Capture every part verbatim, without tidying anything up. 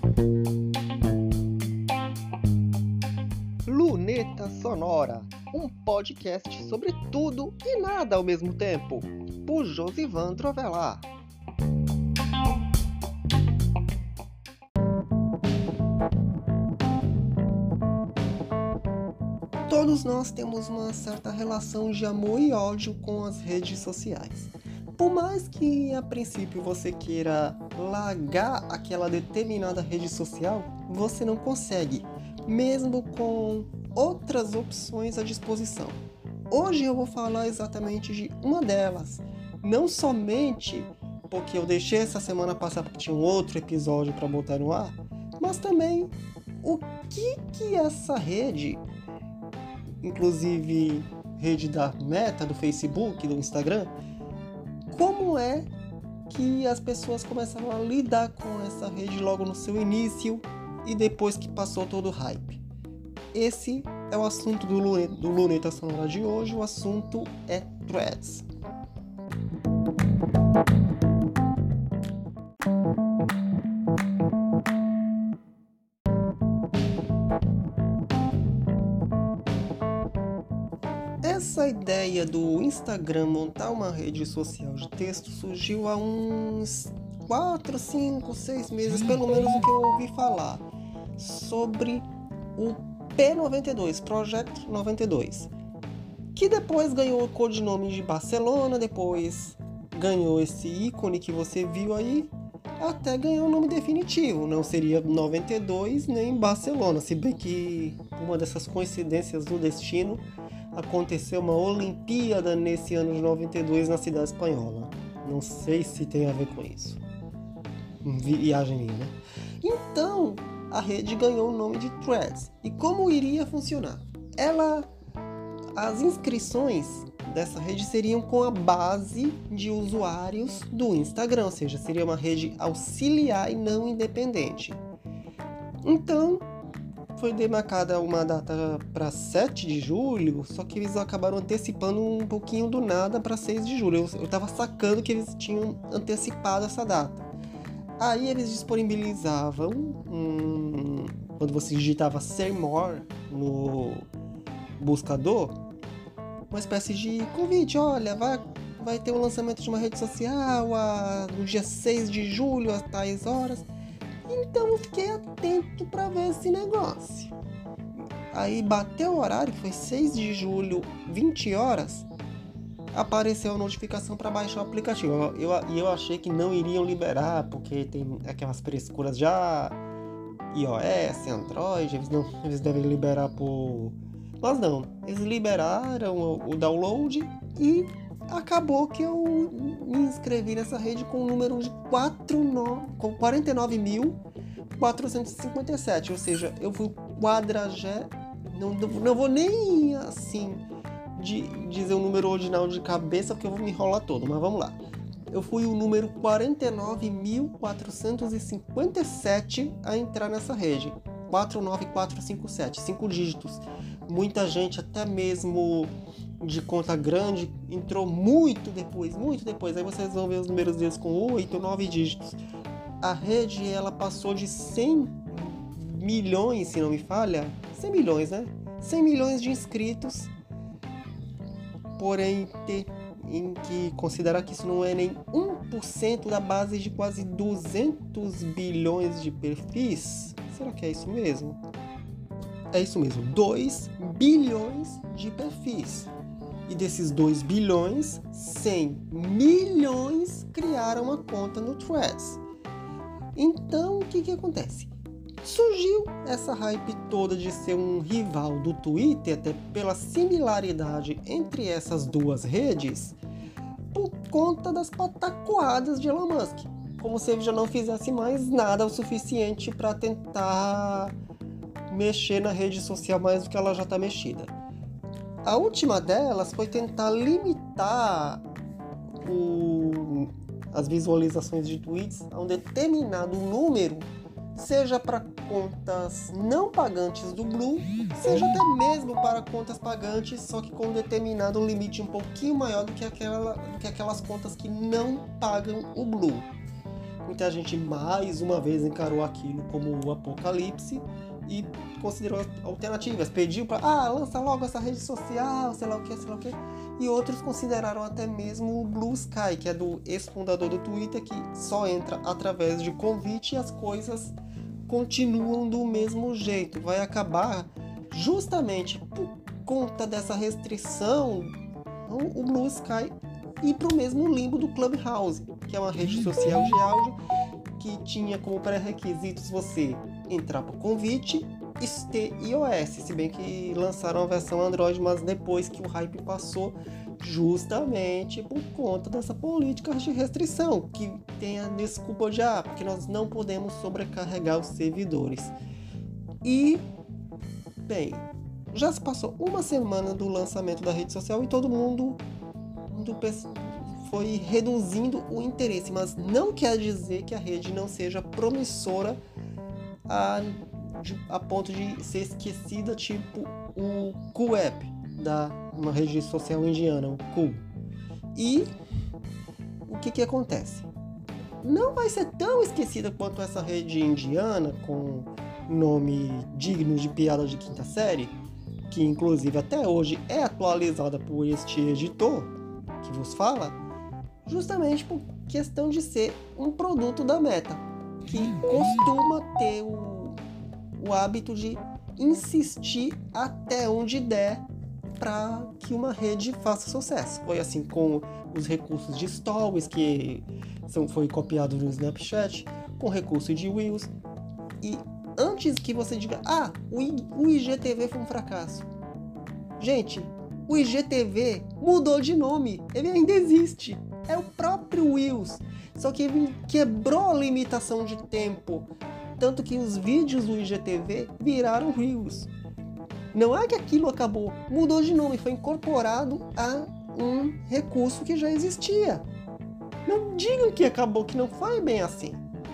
Luneta Sonora, um podcast sobre tudo e nada ao mesmo tempo, por Josivan Trovelar. Todos nós temos uma certa relação de amor e ódio com as redes sociais. Por mais que a princípio você queira largar aquela determinada rede social, você não consegue, mesmo com outras opções à disposição. Hoje eu vou falar exatamente de uma delas, não somente porque eu deixei essa semana passar porque tinha um outro episódio para botar no ar, mas também o que que essa rede, inclusive rede da Meta, do Facebook, do Instagram, como é que as pessoas começaram a lidar com essa rede logo no seu início e depois que passou todo o hype. Esse é o assunto do, Lune, do Luneta Sonora de hoje. O assunto é Threads. Essa ideia do Instagram montar uma rede social de texto surgiu há uns quatro, cinco, seis meses, pelo menos o que eu ouvi falar, sobre o P noventa e dois, Project noventa e dois, que depois ganhou o codinome de Barcelona, depois ganhou esse ícone que você viu aí, até ganhou o nome definitivo. Não seria noventa e dois nem Barcelona, se bem que uma dessas coincidências do destino, aconteceu uma Olimpíada nesse ano de noventa e dois na cidade espanhola. Não sei se tem a ver com isso. Viagem minha, né? Então, a rede ganhou o nome de Threads. E como iria funcionar? Ela, as inscrições dessa rede seriam com a base de usuários do Instagram, ou seja, seria uma rede auxiliar e não independente. Então, foi demarcada uma data para sete de julho, só que eles acabaram antecipando um pouquinho do nada para seis de julho. Eu, eu tava sacando que eles tinham antecipado essa data. Aí eles disponibilizavam, um, quando você digitava Say More no buscador, uma espécie de convite. Olha, vai, vai ter um lançamento de uma rede social a, no dia seis de julho, às tais horas. Então eu fiquei atento para ver esse negócio. Aí bateu o horário, que foi seis de julho, vinte horas, apareceu a notificação para baixar o aplicativo. E eu, eu, eu achei que não iriam liberar, porque tem aquelas frescuras já iOS, Android, eles, não, eles devem liberar por... Mas não, eles liberaram o, o download e acabou que eu me inscrevi nessa rede com o número de quarenta e nove mil quatrocentos e cinquenta e sete, ou seja, eu fui quadragé, não, não vou nem assim de dizer o número original de cabeça porque eu vou me enrolar todo, mas vamos lá. Eu fui o número quarenta e nove mil quatrocentos e cinquenta e sete a entrar nessa rede. quatro nove quatro cinco sete, cinco dígitos. Muita gente, até mesmo de conta grande, entrou muito depois, muito depois. Aí vocês vão ver os números deles com oito, nove dígitos. A rede, ela passou de cem milhões, se não me falha, cem milhões, né? cem milhões de inscritos. Porém, ter em que considerar que isso não é nem um por cento da base de quase duzentos bilhões de perfis. Será que é isso mesmo? É isso mesmo, dois bilhões de perfis. E desses dois bilhões, cem milhões criaram uma conta no Threads. Então, o que que acontece? Surgiu essa hype toda de ser um rival do Twitter, até pela similaridade entre essas duas redes, por conta das pataquadas de Elon Musk. Como se ele já não fizesse mais nada o suficiente para tentar mexer na rede social mais do que ela já está mexida. A última delas foi tentar limitar o, as visualizações de tweets a um determinado número, seja para contas não pagantes do Blue, seja até mesmo para contas pagantes, só que com um determinado limite um pouquinho maior do que, aquela, do que aquelas contas que não pagam o Blue. muita gente mais uma vez encarou aquilo como o apocalipse e considerou alternativas, pediu para, ah, lança logo essa rede social, sei lá o que, sei lá o que, e outros consideraram até mesmo o Blue Sky, que é do ex-fundador do Twitter, que só entra através de convite e as coisas continuam do mesmo jeito. Vai acabar justamente por conta dessa restrição o Blue Sky ir para o mesmo limbo do Clubhouse, que é uma rede social de áudio que tinha como pré-requisitos você entrar por convite e ter iOS, se bem que lançaram a versão Android, mas depois que o hype passou, justamente por conta dessa política de restrição, que tem a desculpa de, ah, porque nós não podemos sobrecarregar os servidores. E, bem, já se passou uma semana do lançamento da rede social e todo mundo foi reduzindo o interesse, mas não quer dizer que a rede não seja promissora a, a ponto de ser esquecida, tipo o Cool App, da uma rede social indiana, o Cool. E o que que acontece? Não vai ser tão esquecida quanto essa rede indiana, com nome digno de piada de quinta série, que inclusive até hoje é atualizada por este editor que vos fala, justamente por questão de ser um produto da Meta, que costuma ter o, o hábito de insistir até onde der para que uma rede faça sucesso. Foi assim com os recursos de Stories, que são, foi copiado no Snapchat, com recurso de Reels. E antes que você diga, ah, o, I, o I G T V foi um fracasso. Gente, o I G T V mudou de nome, ele ainda existe. É o próprio Reels, só que ele quebrou a limitação de tempo, tanto que os vídeos do I G T V viraram Reels. Não é que aquilo acabou, mudou de nome, foi incorporado a um recurso que já existia. Não digam que acabou, que não foi bem assim.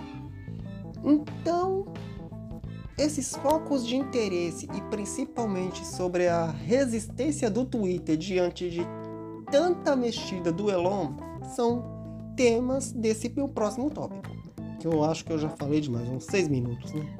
Então, esses focos de interesse e principalmente sobre a resistência do Twitter diante de tanta mexida do Elon são temas desse meu próximo tópico, que eu acho que eu já falei de mais uns seis minutos, né?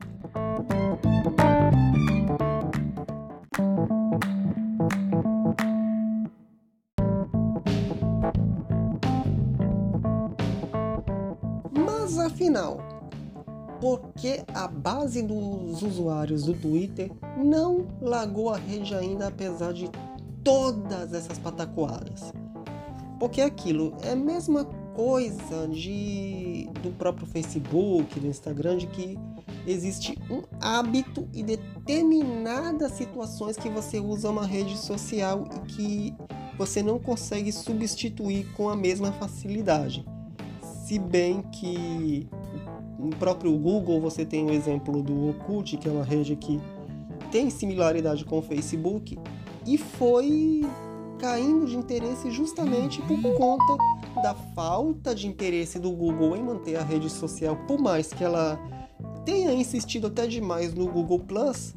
Mas afinal, por que a base dos usuários do Twitter não largou a rede ainda, apesar de todas essas pataquadas? Porque aquilo é a mesma coisa de, do próprio Facebook, do Instagram, de que existe um hábito e determinadas situações que você usa uma rede social e que você não consegue substituir com a mesma facilidade. Se bem que no próprio Google você tem o exemplo do Orkut, que é uma rede que tem similaridade com o Facebook, e foi caindo de interesse justamente por conta da falta de interesse do Google em manter a rede social, por mais que ela tenha insistido até demais no Google Plus,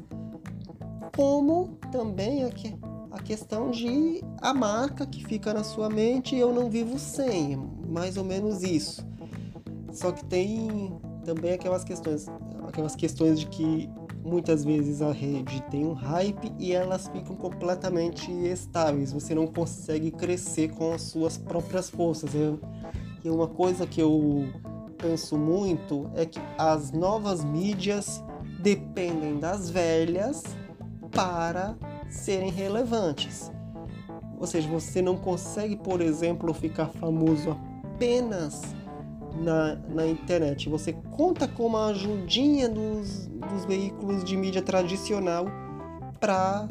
como também aqui a questão de a marca que fica na sua mente, eu não vivo sem, mais ou menos isso. Só que tem também aquelas questões, aquelas questões de que muitas vezes a rede tem um hype e elas ficam completamente estáveis, você não consegue crescer com as suas próprias forças. E uma coisa que eu penso muito é que as novas mídias dependem das velhas para serem relevantes. Ou seja, você não consegue, por exemplo, ficar famoso apenas na, na internet. Você conta com uma ajudinha dos, dos veículos de mídia tradicional para,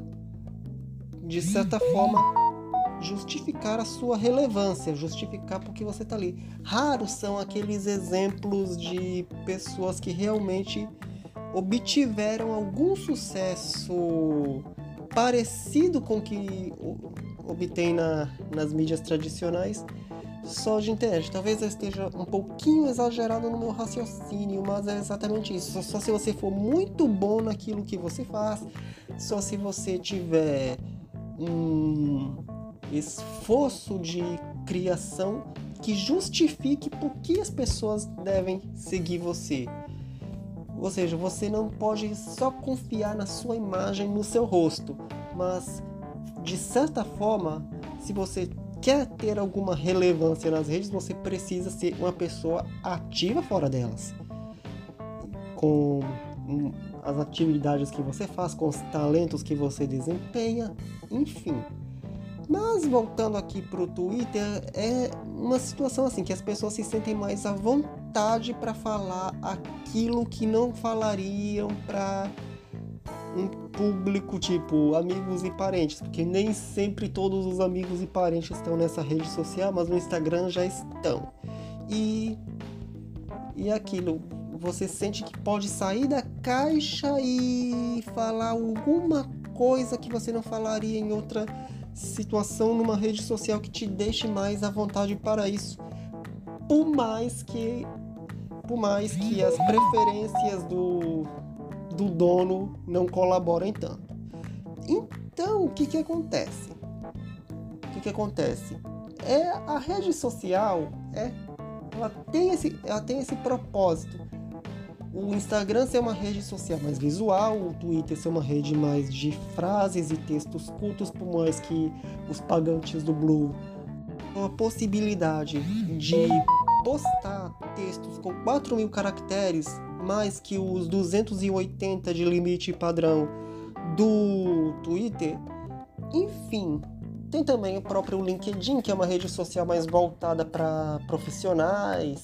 de certa forma, justificar a sua relevância, justificar porque você está ali. Raros são aqueles exemplos de pessoas que realmente obtiveram algum sucesso parecido com o que obtém na, nas mídias tradicionais só de internet. Talvez eu esteja um pouquinho exagerado no meu raciocínio, mas é exatamente isso. Só se você for muito bom naquilo que você faz, só se você tiver um esforço de criação que justifique por que as pessoas devem seguir você. Ou seja, você não pode só confiar na sua imagem, no seu rosto, mas de certa forma, se você quer ter alguma relevância nas redes, você precisa ser uma pessoa ativa fora delas. Com as atividades que você faz, com os talentos que você desempenha, enfim. Mas voltando aqui para o Twitter, é uma situação assim que as pessoas se sentem mais à vontade para falar aquilo que não falariam para um público tipo amigos e parentes, porque nem sempre todos os amigos e parentes estão nessa rede social, mas no Instagram já estão. E, e aquilo, você sente que pode sair da caixa e falar alguma coisa que você não falaria em outra situação numa rede social que te deixe mais à vontade para isso, por mais que por mais que as preferências do, do dono não colaborem tanto. Então, o que que acontece? O que que acontece? É, a rede social, é, ela, tem esse, ela tem esse propósito. O Instagram ser uma rede social mais visual, o Twitter ser uma rede mais de frases e textos curtos, por mais que os pagantes do Blue tenham a possibilidade de postar textos com quatro mil caracteres, mais que os duzentos e oitenta de limite padrão do Twitter. Enfim, tem também o próprio LinkedIn, que é uma rede social mais voltada para profissionais.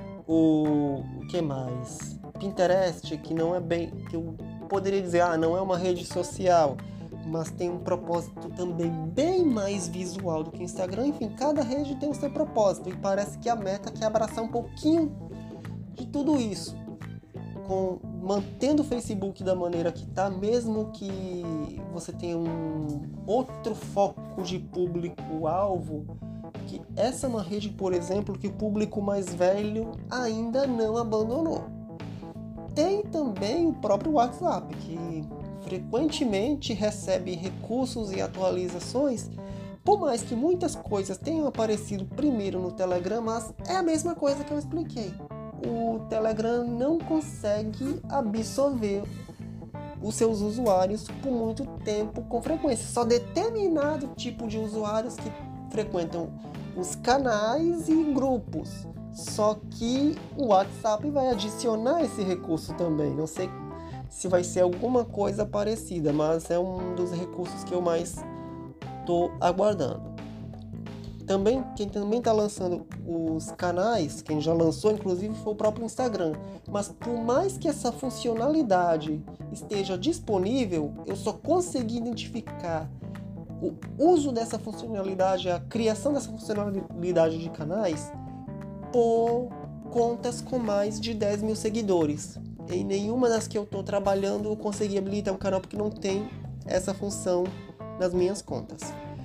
O, o que mais? Pinterest, que não é bem, que eu poderia dizer, ah, não é uma rede social, mas tem um propósito também bem mais visual do que o Instagram. Enfim, cada rede tem o seu propósito e parece que a Meta quer abraçar um pouquinho de tudo isso, com, mantendo o Facebook da maneira que está, mesmo que você tenha um outro foco de público-alvo, que essa é uma rede, por exemplo, que o público mais velho ainda não abandonou. Tem também o próprio WhatsApp, que frequentemente recebe recursos e atualizações, por mais que muitas coisas tenham aparecido primeiro no Telegram, mas é a mesma coisa que eu expliquei. O Telegram não consegue absorver os seus usuários por muito tempo com frequência. Só determinado tipo de usuários que frequentam os canais e grupos. Só que o WhatsApp vai adicionar esse recurso também. Não sei se vai ser alguma coisa parecida, mas é um dos recursos que eu mais estou aguardando. Também, quem também está lançando os canais, quem já lançou inclusive foi o próprio Instagram. Mas por mais que essa funcionalidade esteja disponível, eu só consegui identificar o uso dessa funcionalidade, a criação dessa funcionalidade de canais por contas com mais de dez mil seguidores. Em nenhuma das que eu estou trabalhando eu consegui habilitar um canal porque não tem essa função nas minhas contas.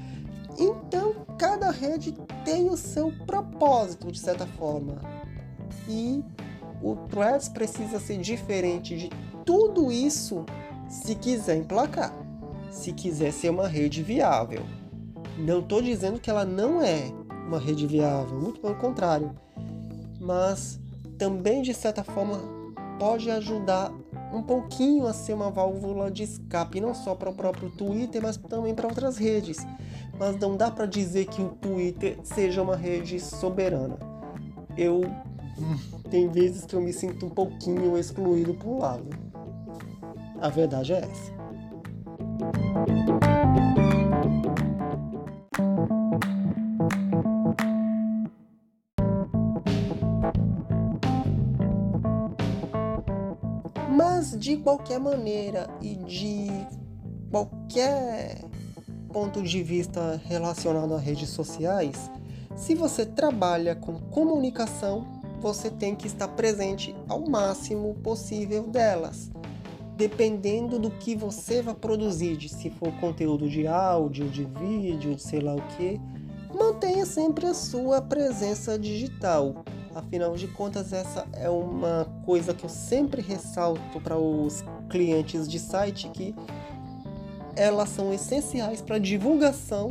Então, cada rede tem o seu propósito, de certa forma. E o Threads precisa ser diferente de tudo isso se quiser emplacar. Se quiser ser uma rede viável. Não estou dizendo que ela não é uma rede viável, muito pelo contrário. Mas também, de certa forma, pode ajudar um pouquinho a ser uma válvula de escape, não só para o próprio Twitter, mas também para outras redes. Mas não dá para dizer que o Twitter seja uma rede soberana. Eu tem vezes que eu me sinto um pouquinho excluído por um lado. A verdade é essa. Mas de qualquer maneira e de qualquer ponto de vista relacionado a redes sociais, se você trabalha com comunicação, você tem que estar presente ao máximo possível delas. Dependendo do que você vai produzir, de se for conteúdo de áudio, de vídeo, de sei lá o que, mantenha sempre a sua presença digital. Afinal de contas, essa é uma coisa que eu sempre ressalto para os clientes de site, que elas são essenciais para a divulgação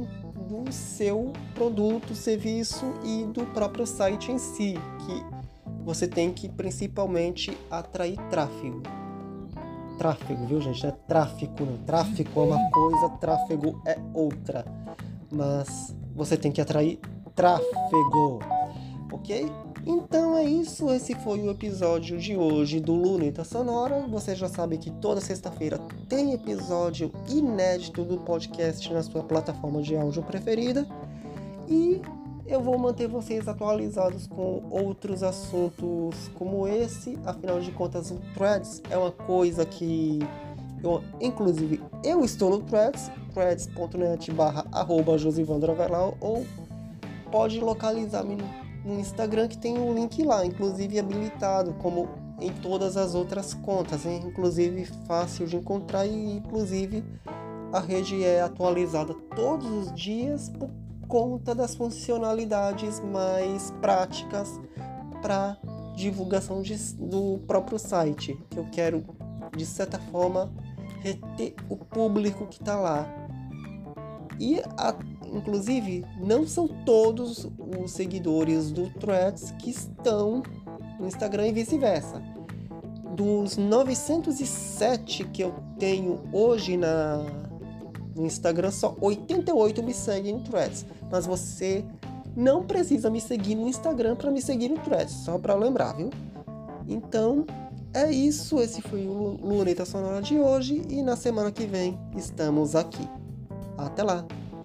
do seu produto, serviço e do próprio site em si, que você tem que principalmente atrair tráfego. Tráfego, viu, gente? Não é tráfico, não. Tráfico é uma coisa, tráfego é outra. Mas você tem que atrair tráfego, ok? Então é isso, esse foi o episódio de hoje do Luneta Sonora. Você já sabe que toda sexta-feira tem episódio inédito do podcast na sua plataforma de áudio preferida. E eu vou manter vocês atualizados com outros assuntos como esse. Afinal de contas, o Threads é uma coisa que... Eu, inclusive, eu estou no Threads, threads.net barra arroba Josivandro Avelar, ou pode localizar-me no Instagram, que tem um link lá, inclusive habilitado, como em todas as outras contas, hein? Inclusive fácil de encontrar, e inclusive a rede é atualizada todos os dias por conta das funcionalidades mais práticas para divulgação de, do próprio site, que eu quero, de certa forma, reter o público que está lá. E, a, inclusive, não são todos os seguidores do Threads que estão no Instagram e vice-versa. Dos novecentos e sete que eu tenho hoje na, no Instagram, só oitenta e oito me seguem no Threads. Mas você não precisa me seguir no Instagram para me seguir no Threads, só para lembrar, viu? Então, é isso. Esse foi o Luneta Sonora de hoje, e na semana que vem estamos aqui. Até lá!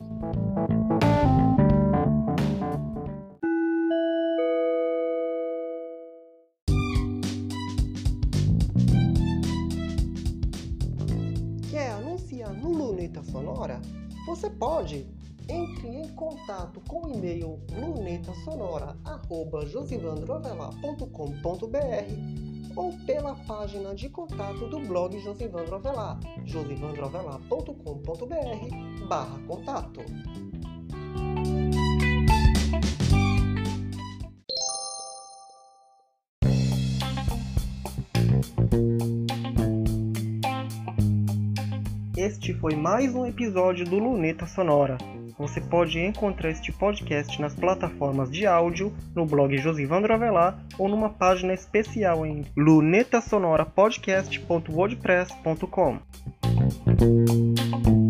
Quer anunciar no Luneta Sonora? Você pode! Entre em contato com o e-mail lunetasonora arroba josivandroavelar ponto com ponto br ou pela página de contato do blog Josivandro Avelar, josivandroavelar ponto com ponto br barra contato. Este foi mais um episódio do Luneta Sonora. Você pode encontrar este podcast nas plataformas de áudio, no blog Josivandro Avelar ou numa página especial em lunetasonorapodcast ponto wordpress ponto com.